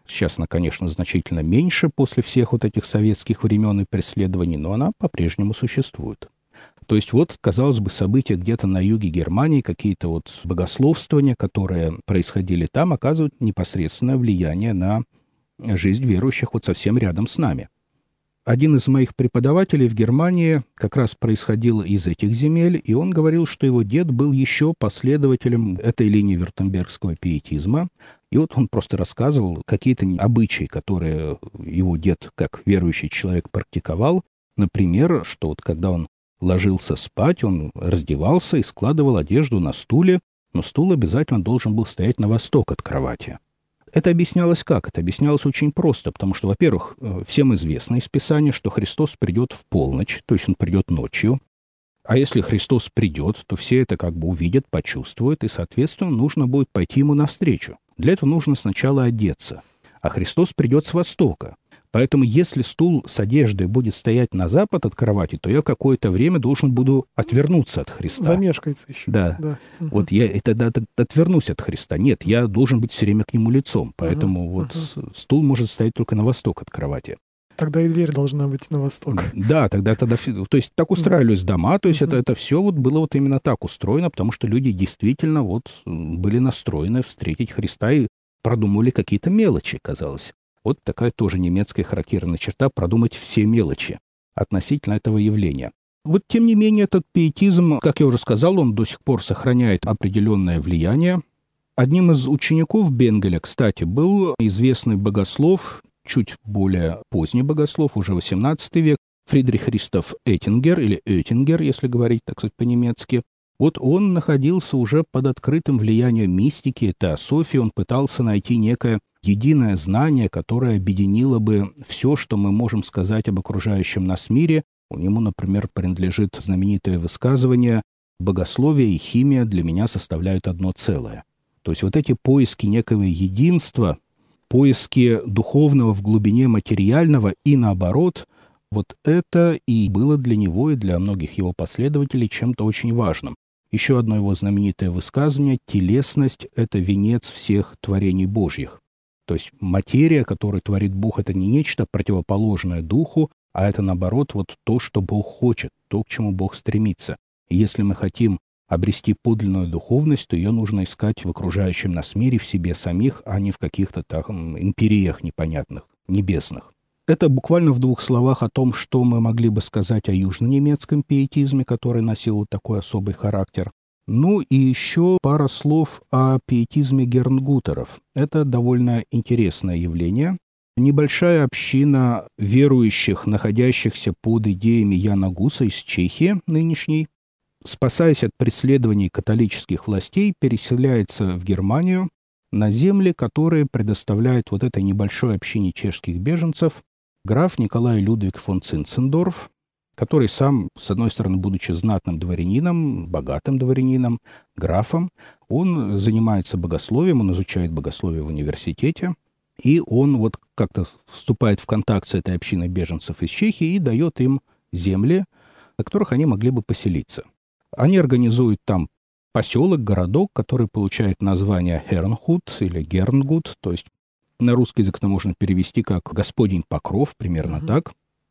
Сейчас она, конечно, значительно меньше после всех вот этих советских времен и преследований, но она по-прежнему существует. То есть вот, казалось бы, события где-то на юге Германии, какие-то вот богословствования, которые происходили там, оказывают непосредственное влияние на жизнь верующих вот совсем рядом с нами. Один из моих преподавателей в Германии как раз происходил из этих земель, и он говорил, что его дед был еще последователем этой линии вюртембергского пиетизма. И вот он просто рассказывал какие-то обычаи, которые его дед, как верующий человек, практиковал. Например, что вот когда он ложился спать, он раздевался и складывал одежду на стуле, но стул обязательно должен был стоять на восток от кровати. Это объяснялось как? Это объяснялось очень просто, потому что, во-первых, всем известно из Писания, что Христос придет в полночь, то есть он придет ночью. А если Христос придет, то все это как бы увидят, почувствуют, и, соответственно, нужно будет пойти ему навстречу. Для этого нужно сначала одеться. А Христос придет с востока. Поэтому если стул с одеждой будет стоять на запад от кровати, то я какое-то время должен буду отвернуться от Христа. Замешкается еще. Да. Вот я тогда отвернусь от Христа. Нет, я должен быть все время к нему лицом. Поэтому стул может стоять только на восток от кровати. Тогда и дверь должна быть на восток. Да, тогда то есть так устраивались дома, то есть это все вот было вот именно так устроено, потому что люди действительно вот были настроены встретить Христа и продумывали какие-то мелочи, казалось. Вот такая тоже немецкая характерная черта — продумать все мелочи относительно этого явления. Вот, тем не менее, этот пиетизм, как я уже сказал, он до сих пор сохраняет определенное влияние. Одним из учеников Бенгеля, кстати, был известный богослов, чуть более поздний богослов, уже XVIII век, Фридрих Ристоф Эттингер, или Оеттингер, если говорить, так сказать, по-немецки. Вот он находился уже под открытым влиянием мистики, теософии, он пытался найти некое единое знание, которое объединило бы все, что мы можем сказать об окружающем нас мире. У него, например, принадлежит знаменитое высказывание «Богословие и химия для меня составляют одно целое». То есть вот эти поиски некого единства, поиски духовного в глубине материального и наоборот, вот это и было для него и для многих его последователей чем-то очень важным. Еще одно его знаменитое высказывание — «Телесность — это венец всех творений Божьих». То есть материя, которую творит Бог, это не нечто противоположное духу, а это, наоборот, вот то, что Бог хочет, то, к чему Бог стремится. И если мы хотим обрести подлинную духовность, то ее нужно искать в окружающем нас мире, в себе самих, а не в каких-то там империях непонятных, небесных. Это буквально в двух словах о том, что мы могли бы сказать о южно-немецком пиетизме, который носил вот такой особый характер. Ну и еще пара слов о пиетизме гернгутеров. Это довольно интересное явление. Небольшая община верующих, находящихся под идеями Яна Гуса из Чехии нынешней, спасаясь от преследований католических властей, переселяется в Германию на земли, которые предоставляет вот этой небольшой общине чешских беженцев граф Николай Людвиг фон Цинцендорф, который сам, с одной стороны, будучи знатным дворянином, богатым дворянином, графом, он занимается богословием, он изучает богословие в университете, и он вот как-то вступает в контакт с этой общиной беженцев из Чехии и дает им земли, на которых они могли бы поселиться. Они организуют там поселок, городок, который получает название Хернхут или Гернгут, то есть на русский язык это можно перевести как «Господень покров», примерно так.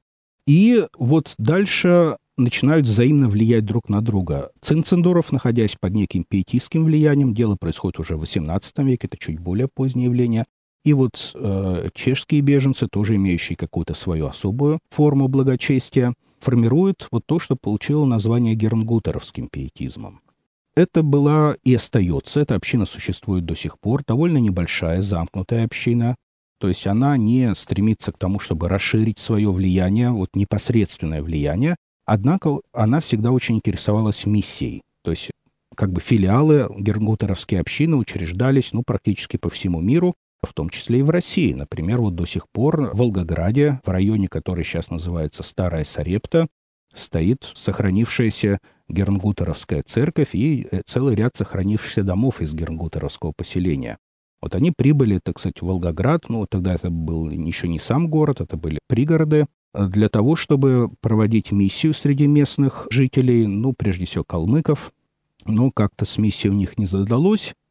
И вот дальше начинают взаимно влиять друг на друга. Цинцендорф, находясь под неким пиетистским влиянием, дело происходит уже в XVIII веке, это чуть более позднее явление. И вот чешские беженцы, тоже имеющие какую-то свою особую форму благочестия, формируют вот то, что получило название гернгутеровским пиетизмом. Это была и остается, эта община существует до сих пор, довольно небольшая, замкнутая община. То есть она не стремится к тому, чтобы расширить свое влияние, вот непосредственное влияние, однако она всегда очень интересовалась миссией. То есть как бы филиалы гернгутеровской общины учреждались практически по всему миру, в том числе и в России. Например, вот до сих пор в Волгограде, в районе, который сейчас называется Старая Сарепта, стоит сохранившаяся гернгутеровская церковь и целый ряд сохранившихся домов из гернгутеровского поселения. Вот они прибыли, так сказать, в Волгоград, тогда это был еще не сам город, это были пригороды, для того, чтобы проводить миссию среди местных жителей, прежде всего калмыков. Но как-то с миссией у них не задалось,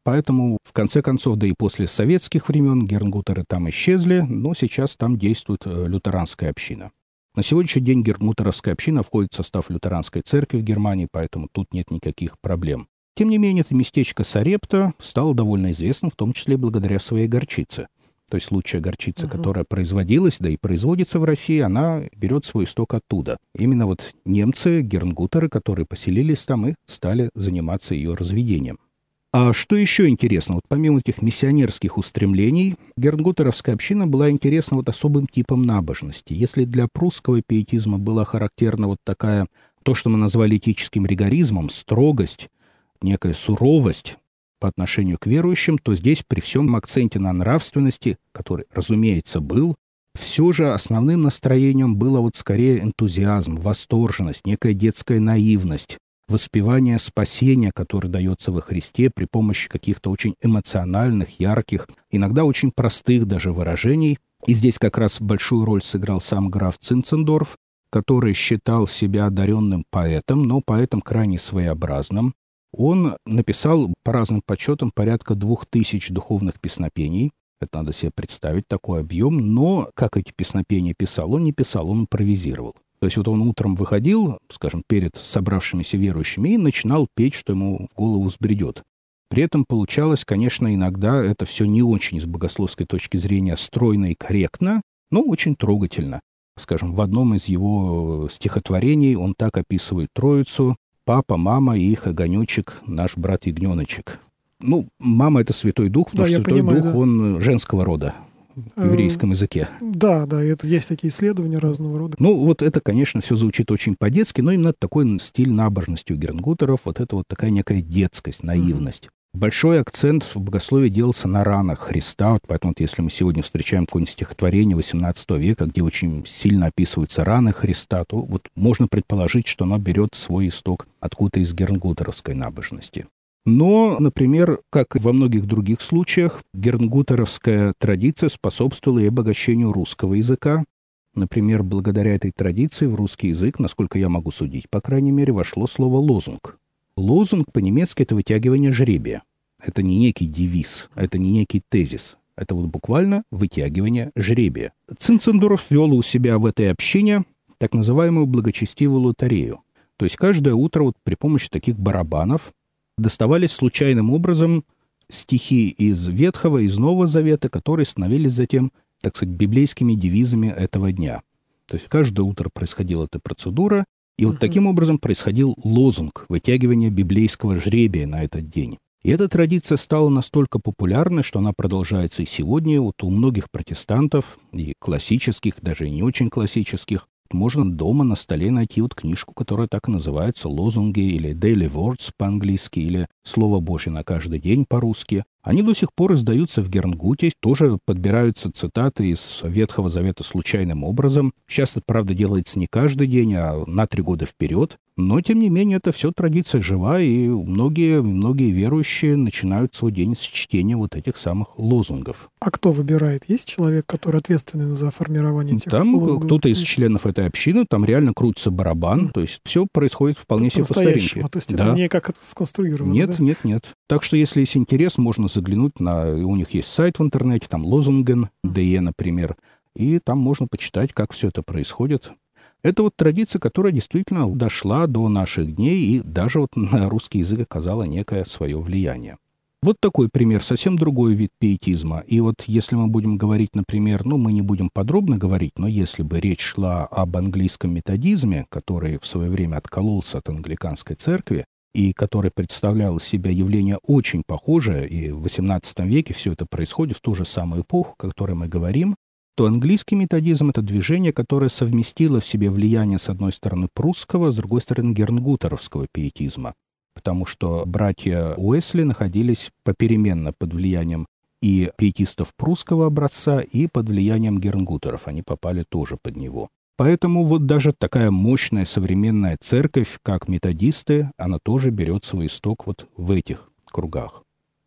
Поэтому, в конце концов, да и после советских времен гернгутеры там исчезли, но сейчас там действует лютеранская община. На сегодняшний день гернгутеровская община входит в состав лютеранской церкви в Германии, поэтому тут нет никаких проблем. Тем не менее, это местечко Сарепта стало довольно известным, в том числе благодаря своей горчице. То есть лучшая горчица, которая производилась, да и производится в России, она берет свой исток оттуда. Именно вот немцы, гернгутеры, которые поселились там и стали заниматься ее разведением. А что еще интересно? Вот помимо этих миссионерских устремлений, гернгутеровская община была интересна вот особым типом набожности. Если для прусского пиетизма была характерна вот такая, то, что мы назвали этическим ригоризмом, строгость, некая суровость по отношению к верующим, то здесь при всем акценте на нравственности, который, разумеется, был, все же основным настроением было вот скорее энтузиазм, восторженность, некая детская наивность, воспевание спасения, которое дается во Христе при помощи каких-то очень эмоциональных, ярких, иногда очень простых даже выражений. И здесь как раз большую роль сыграл сам граф Цинцендорф, который считал себя одаренным поэтом, но поэтом крайне своеобразным. Он написал, по разным подсчетам, порядка 2000 духовных песнопений. Это надо себе представить, такой объем. Но как эти песнопения писал? Он не писал, он импровизировал. То есть вот он утром выходил, скажем, перед собравшимися верующими и начинал петь, что ему в голову взбредет. При этом получалось, конечно, иногда это все не очень с богословской точки зрения стройно и корректно, но очень трогательно. Скажем, в одном из его стихотворений он так описывает Троицу: «Папа, мама и их огонечек, наш брат-ягненочек». Ну, мама — это Святой Дух, потому что Святой Дух, он женского рода в еврейском языке. Да, это есть такие исследования разного рода. Ну, вот это, конечно, все звучит очень по-детски, но именно такой стиль набожности у гернгутеров, вот это вот такая некая детскость, наивность. Большой акцент в богословии делался на ранах Христа, вот поэтому вот если мы сегодня встречаем какое-нибудь стихотворение XVIII века, где очень сильно описываются раны Христа, то вот можно предположить, что оно берет свой исток откуда-то из гернгутеровской набожности. Но, например, как и во многих других случаях, гернгутеровская традиция способствовала и обогащению русского языка. Например, благодаря этой традиции в русский язык, насколько я могу судить, по крайней мере, вошло слово «лозунг». Лозунг по-немецки — это вытягивание жребия. Это не некий девиз, это не некий тезис. Это вот буквально вытягивание жребия. Цинцендорф ввел у себя в этой общине так называемую благочестивую лотерею. То есть каждое утро вот при помощи таких барабанов доставались случайным образом стихи из Ветхого, из Нового Завета, которые становились затем, так сказать, библейскими девизами этого дня. То есть каждое утро происходила эта процедура, и вот таким образом происходил лозунг, вытягивание библейского жребия на этот день. И эта традиция стала настолько популярной, что она продолжается и сегодня. Вот у многих протестантов, и классических, даже и не очень классических, можно дома на столе найти вот книжку, которая так и называется «Лозунги» или «Daily Words» по-английски, или «Слово Божье на каждый день» по-русски. Они до сих пор издаются в Гернгуте, тоже подбираются цитаты из Ветхого Завета случайным образом. Сейчас это, правда, делается не каждый день, а на 3 года вперед. Но, тем не менее, это все традиция жива, и многие верующие начинают свой день с чтения вот этих самых лозунгов. А кто выбирает? Есть человек, который ответственен за формирование этих лозунгов? Там кто-то из членов этой общины, там реально крутится барабан, то есть все происходит вполне себе по старинке. То есть это не как сконструировано? Нет. Так что, если есть интерес, можно заглянуть у них есть сайт в интернете, там Losungen.de, например, и там можно почитать, как все это происходит. Это вот традиция, которая действительно дошла до наших дней и даже вот на русский язык оказала некое свое влияние. Вот такой пример, совсем другой вид пиетизма. И вот если мы будем говорить, например, мы не будем подробно говорить, но если бы речь шла об английском методизме, который в свое время откололся от англиканской церкви, и который представлял из себя явление очень похожее, и в XVIII веке все это происходит в ту же самую эпоху, о которой мы говорим, то английский методизм — это движение, которое совместило в себе влияние, с одной стороны, прусского, с другой стороны, гернгутеровского пиетизма. Потому что братья Уэсли находились попеременно под влиянием и пиетистов прусского образца, и под влиянием гернгутеров. Они попали тоже под него. Поэтому вот даже такая мощная современная церковь, как методисты, она тоже берет свой исток вот в этих кругах.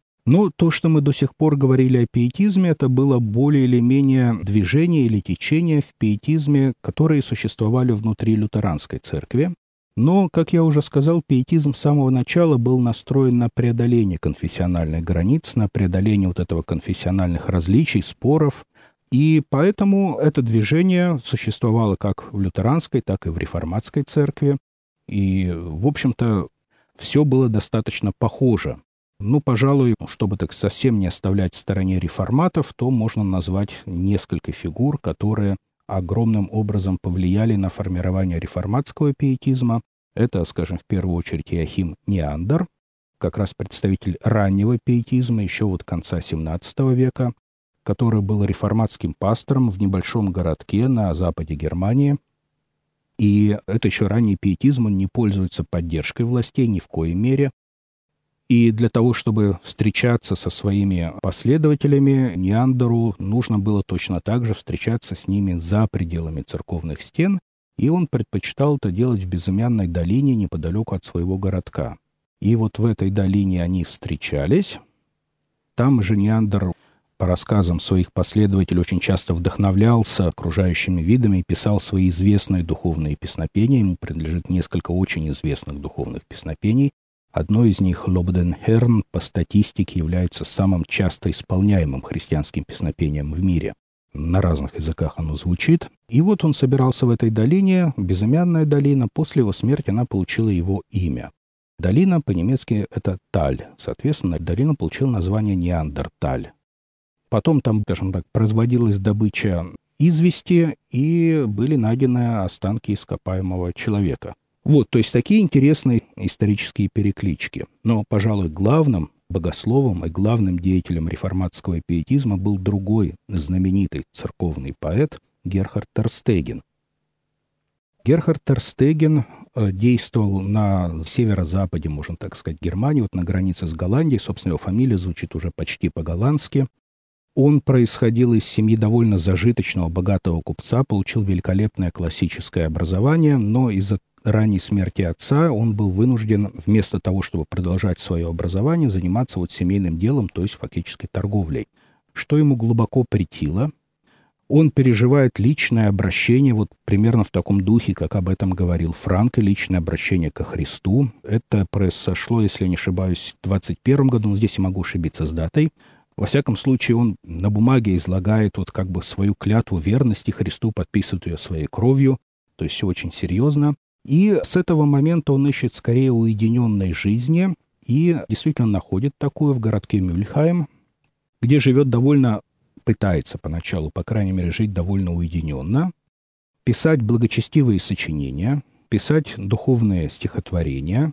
Но то, что мы до сих пор говорили о пиетизме, это было более или менее движение или течение в пиетизме, которые существовали внутри лютеранской церкви. Но, как я уже сказал, пиетизм с самого начала был настроен на преодоление конфессиональных границ, на преодоление вот этого конфессиональных различий, споров. И поэтому это движение существовало как в лютеранской, так и в реформатской церкви. И, в общем-то, все было достаточно похоже. Ну, пожалуй, чтобы так совсем не оставлять в стороне реформатов, то можно назвать несколько фигур, которые огромным образом повлияли на формирование реформатского пиетизма. Это, скажем, в первую очередь Иоахим Неандер, как раз представитель раннего пиетизма, еще вот конца XVII века, который был реформатским пастором в небольшом городке на западе Германии. И это еще ранний пиетизм, он не пользуется поддержкой властей ни в коей мере. И для того, чтобы встречаться со своими последователями, Неандеру нужно было точно так же встречаться с ними за пределами церковных стен, и он предпочитал это делать в безымянной долине неподалеку от своего городка. И вот в этой долине они встречались. Там же Неандер, по рассказам своих последователей, очень часто вдохновлялся окружающими видами и писал свои известные духовные песнопения. Ему принадлежит несколько очень известных духовных песнопений. Одно из них, «Лобден Херн», по статистике является самым часто исполняемым христианским песнопением в мире. На разных языках оно звучит. И вот он собирался в этой долине, безымянная долина. После его смерти она получила его имя. Долина по-немецки это Таль. Соответственно, долина получила название Неандерталь. Потом там, скажем так, производилась добыча извести, и были найдены останки ископаемого человека. Вот, то есть такие интересные исторические переклички. Но, пожалуй, главным богословом и главным деятелем реформатского пиетизма был другой знаменитый церковный поэт Герхард Терстеген. Герхард Терстеген действовал на северо-западе, можно так сказать, Германии, вот на границе с Голландией. Собственно, его фамилия звучит уже почти по-голландски. Он происходил из семьи довольно зажиточного, богатого купца, получил великолепное классическое образование, но из-за ранней смерти отца он был вынужден, вместо того, чтобы продолжать свое образование, заниматься вот семейным делом, то есть фактически торговлей. Что ему глубоко претило? Он переживает личное обращение, вот примерно в таком духе, как об этом говорил Франко, личное обращение ко Христу. Это произошло, если я не ошибаюсь, в 21 году, но здесь я могу ошибиться с датой. Во всяком случае, он на бумаге излагает вот как бы свою клятву верности Христу, подписывает ее своей кровью, то есть все очень серьезно. И с этого момента он ищет скорее уединенной жизни и действительно находит такую в городке Мюльхайм, где живет пытается поначалу, по крайней мере, жить довольно уединенно, писать благочестивые сочинения, писать духовные стихотворения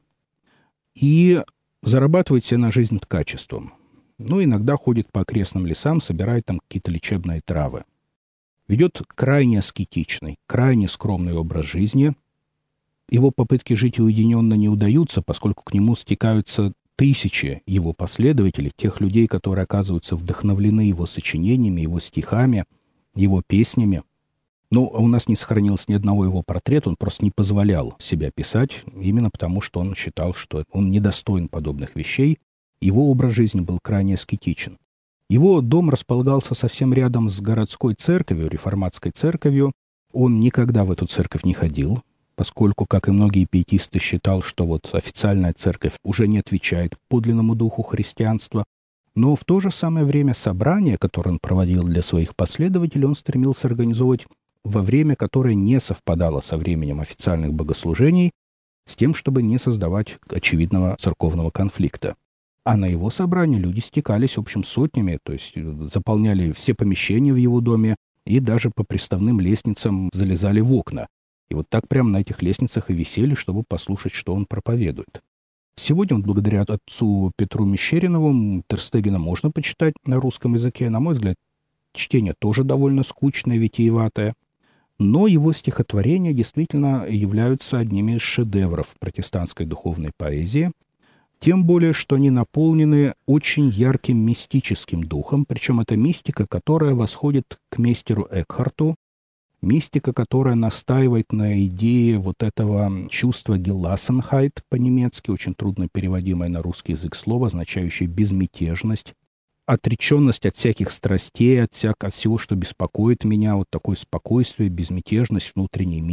и зарабатывать себе на жизнь ткачеством. Ну, иногда ходит по окрестным лесам, собирает там какие-то лечебные травы. Ведет крайне аскетичный, крайне скромный образ жизни. Его попытки жить уединенно не удаются, поскольку к нему стекаются тысячи его последователей, тех людей, которые оказываются вдохновлены его сочинениями, его стихами, его песнями. Но у нас не сохранилось ни одного его портрета, он просто не позволял себя писать, именно потому, что он считал, что он недостоин подобных вещей. Его образ жизни был крайне аскетичен. Его дом располагался совсем рядом с городской церковью, реформатской церковью. Он никогда в эту церковь не ходил, поскольку, как и многие пиетисты, считал, что вот официальная церковь уже не отвечает подлинному духу христианства. Но в то же самое время собрание, которое он проводил для своих последователей, он стремился организовывать во время, которое не совпадало со временем официальных богослужений, с тем, чтобы не создавать очевидного церковного конфликта. А на его собрания люди стекались, в общем, сотнями, то есть заполняли все помещения в его доме и даже по приставным лестницам залезали в окна. И вот так прямо на этих лестницах и висели, чтобы послушать, что он проповедует. Сегодня, благодаря отцу Петру Мещеринову, Терстегена можно почитать на русском языке. На мой взгляд, чтение тоже довольно скучное, витиеватое. Но его стихотворения действительно являются одними из шедевров протестантской духовной поэзии. Тем более, что они наполнены очень ярким мистическим духом, причем это мистика, которая восходит к мейстеру Экхарту, мистика, которая настаивает на идее вот этого чувства «Gelassenheit» по-немецки, очень трудно переводимое на русский язык слово, означающее безмятежность, отреченность от всяких страстей, от всего, что беспокоит меня, вот такое спокойствие, безмятежность, внутренний мир.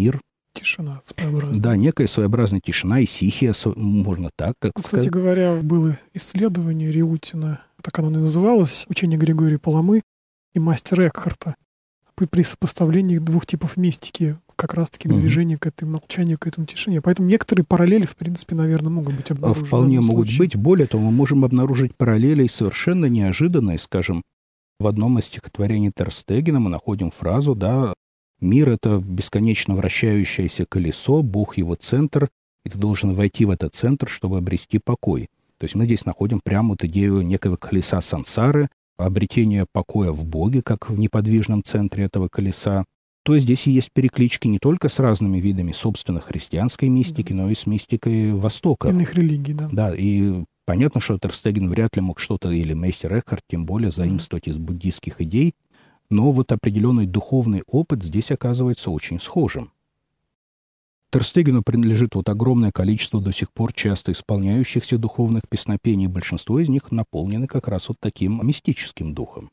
Тишина своеобразная. Да, некая своеобразная тишина, исихия, можно так, как Кстати сказать. говоря, было исследование Риутина, так оно и называлось, учение Григория Паламы и мастера Экхарта, при сопоставлении двух типов мистики, как раз-таки к движению, к этому молчанию, к этому тишине. Поэтому некоторые параллели, в принципе, наверное, могут быть обнаружены. Вполне могут быть. Более того, мы можем обнаружить параллели совершенно неожиданные. Скажем, в одном из стихотворений Терстегена мы находим фразу, да, «Мир — это бесконечно вращающееся колесо, Бог — его центр, и ты должен войти в этот центр, чтобы обрести покой». То есть мы здесь находим прямо вот идею некого колеса сансары, обретения покоя в Боге, как в неподвижном центре этого колеса. То есть здесь и есть переклички не только с разными видами собственной христианской мистики, но и с мистикой Востока. Иных религий, да. Да, и понятно, что Терстеген вряд ли мог что-то, или мейстер Экхарт, тем более, заимствовать из буддийских идей, но вот определенный духовный опыт здесь оказывается очень схожим. Терстегену принадлежит вот огромное количество до сих пор часто исполняющихся духовных песнопений, большинство из них наполнены как раз вот таким мистическим духом.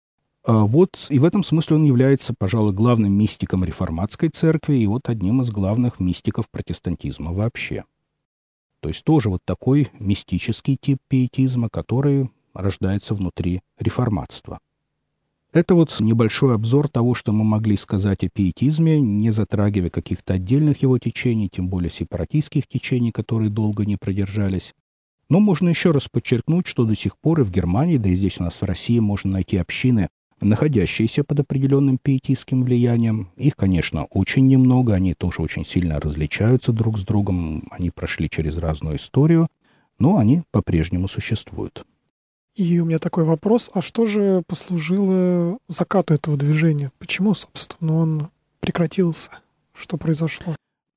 Вот и в этом смысле он является, пожалуй, главным мистиком реформатской церкви и вот одним из главных мистиков протестантизма вообще. То есть тоже вот такой мистический тип пиетизма, который рождается внутри реформатства. Это вот небольшой обзор того, что мы могли сказать о пиетизме, не затрагивая каких-то отдельных его течений, тем более сепаратистских течений, которые долго не продержались. Но можно еще раз подчеркнуть, что до сих пор и в Германии, да и здесь у нас в России можно найти общины, находящиеся под определенным пиетистским влиянием. Их, конечно, очень немного, они тоже очень сильно различаются друг с другом, они прошли через разную историю, но они по-прежнему существуют. И у меня такой вопрос, а что же послужило закату этого движения? Почему, собственно, он прекратился? Что произошло?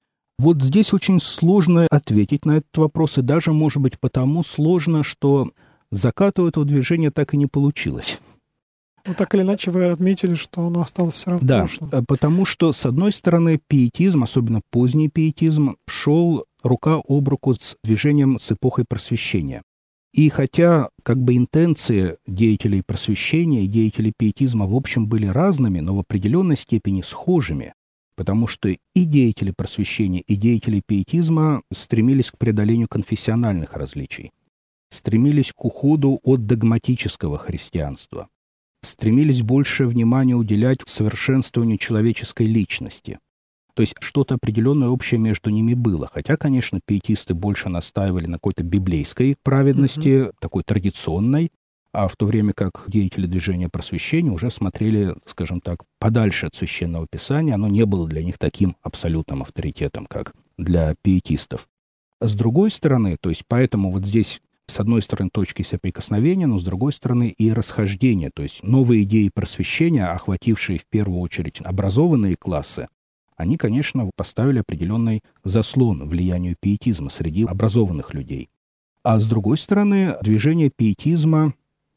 Вот здесь очень сложно ответить на этот вопрос, и даже, может быть, потому сложно, что закату этого движения так и не получилось. Ну, так или иначе, вы отметили, что оно осталось все равно в прошлом. Да, потому что, с одной стороны, пиетизм, особенно поздний пиетизм, шел рука об руку с движением с эпохой Просвещения. И хотя как бы интенции деятелей Просвещения и деятелей пиетизма в общем были разными, но в определенной степени схожими, потому что и деятели Просвещения, и деятели пиетизма стремились к преодолению конфессиональных различий, стремились к уходу от догматического христианства, стремились больше внимания уделять совершенствованию человеческой личности. То есть что-то определенное общее между ними было. Хотя, конечно, пиетисты больше настаивали на какой-то библейской праведности, такой традиционной, а в то время как деятели движения Просвещения уже смотрели, скажем так, подальше от Священного Писания. Оно не было для них таким абсолютным авторитетом, как для пиетистов. С другой стороны, то есть поэтому вот здесь с одной стороны точки соприкосновения, но с другой стороны и расхождения. То есть новые идеи Просвещения, охватившие в первую очередь образованные классы, они, конечно, поставили определенный заслон влиянию пиетизма среди образованных людей. А с другой стороны, движение пиетизма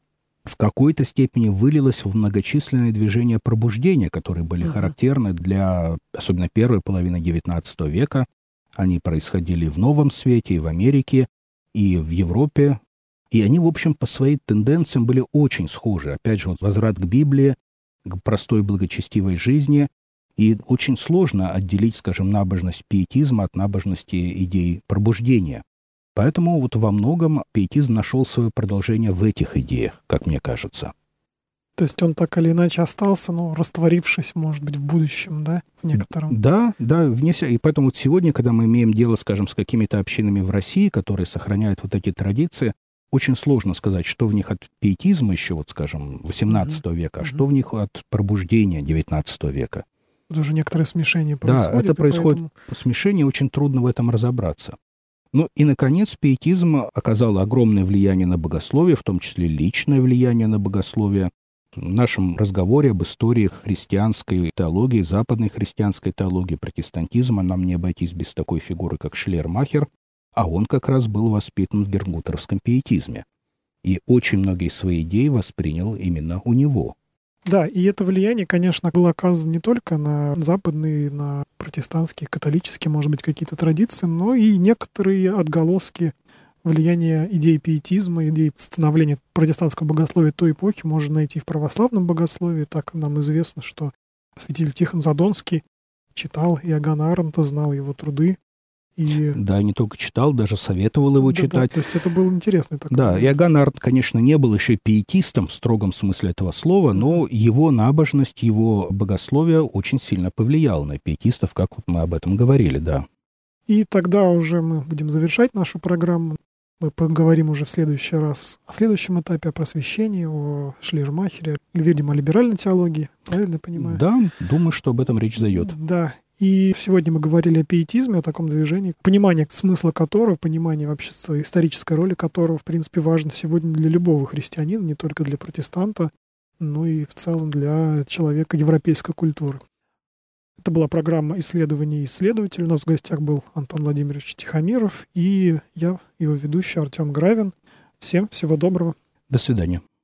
в какой-то степени вылилось в многочисленные движения пробуждения, которые были характерны для, особенно первой половины XIX века. Они происходили в Новом Свете, и в Америке, и в Европе. И они, в общем, по своим тенденциям были очень схожи. Опять же, вот возврат к Библии, к простой благочестивой жизни. И очень сложно отделить, скажем, набожность пиетизма от набожности идей пробуждения. Поэтому вот во многом пиетизм нашел свое продолжение в этих идеях, как мне кажется. То есть он так или иначе остался, но растворившись, может быть, в будущем, да, в некотором? Да, вне всего. И поэтому вот сегодня, когда мы имеем дело, скажем, с какими-то общинами в России, которые сохраняют вот эти традиции, очень сложно сказать, что в них от пиетизма еще, вот, скажем, XVIII века, а что в них от пробуждения XIX века. Тут уже некоторое смешение происходит. Да, это происходит смешение, очень трудно в этом разобраться. Ну и, наконец, пиетизм оказал огромное влияние на богословие, в том числе личное влияние на богословие. В нашем разговоре об истории христианской теологии, западной христианской теологии, протестантизма нам не обойтись без такой фигуры, как Шлейермахер, а он как раз был воспитан в гергутеровском пиетизме. И очень многие свои идеи воспринял именно у него. Да, и это влияние, конечно, было оказано не только на западные, на протестантские, католические, может быть, какие-то традиции, но и некоторые отголоски влияния идей пиетизма, идей становления протестантского богословия той эпохи можно найти в православном богословии. Так нам известно, что святитель Тихон Задонский читал Иоганна Арендта, знал его труды. И... Да, не только читал, даже советовал его читать. Да, то есть это был интересный такой. Да, Иоганн Арендт, конечно, не был еще пиетистом в строгом смысле этого слова, но его набожность, его богословие очень сильно повлияло на пиетистов, как вот мы об этом говорили, да. И тогда уже мы будем завершать нашу программу. Мы поговорим уже в следующий раз о следующем этапе, о просвещении, о Шлейермахере, видимо, о либеральной теологии, правильно я понимаю? Да, думаю, что об этом речь зайдет. Да. И сегодня мы говорили о пиетизме, о таком движении, понимание смысла которого, понимание вообще исторической роли которого, в принципе, важно сегодня для любого христианина, не только для протестанта, но и в целом для человека европейской культуры. Это была программа «Исследование и исследователь». У нас в гостях был Антон Владимирович Тихомиров и я, его ведущий Артем Гравин. Всем всего доброго. До свидания.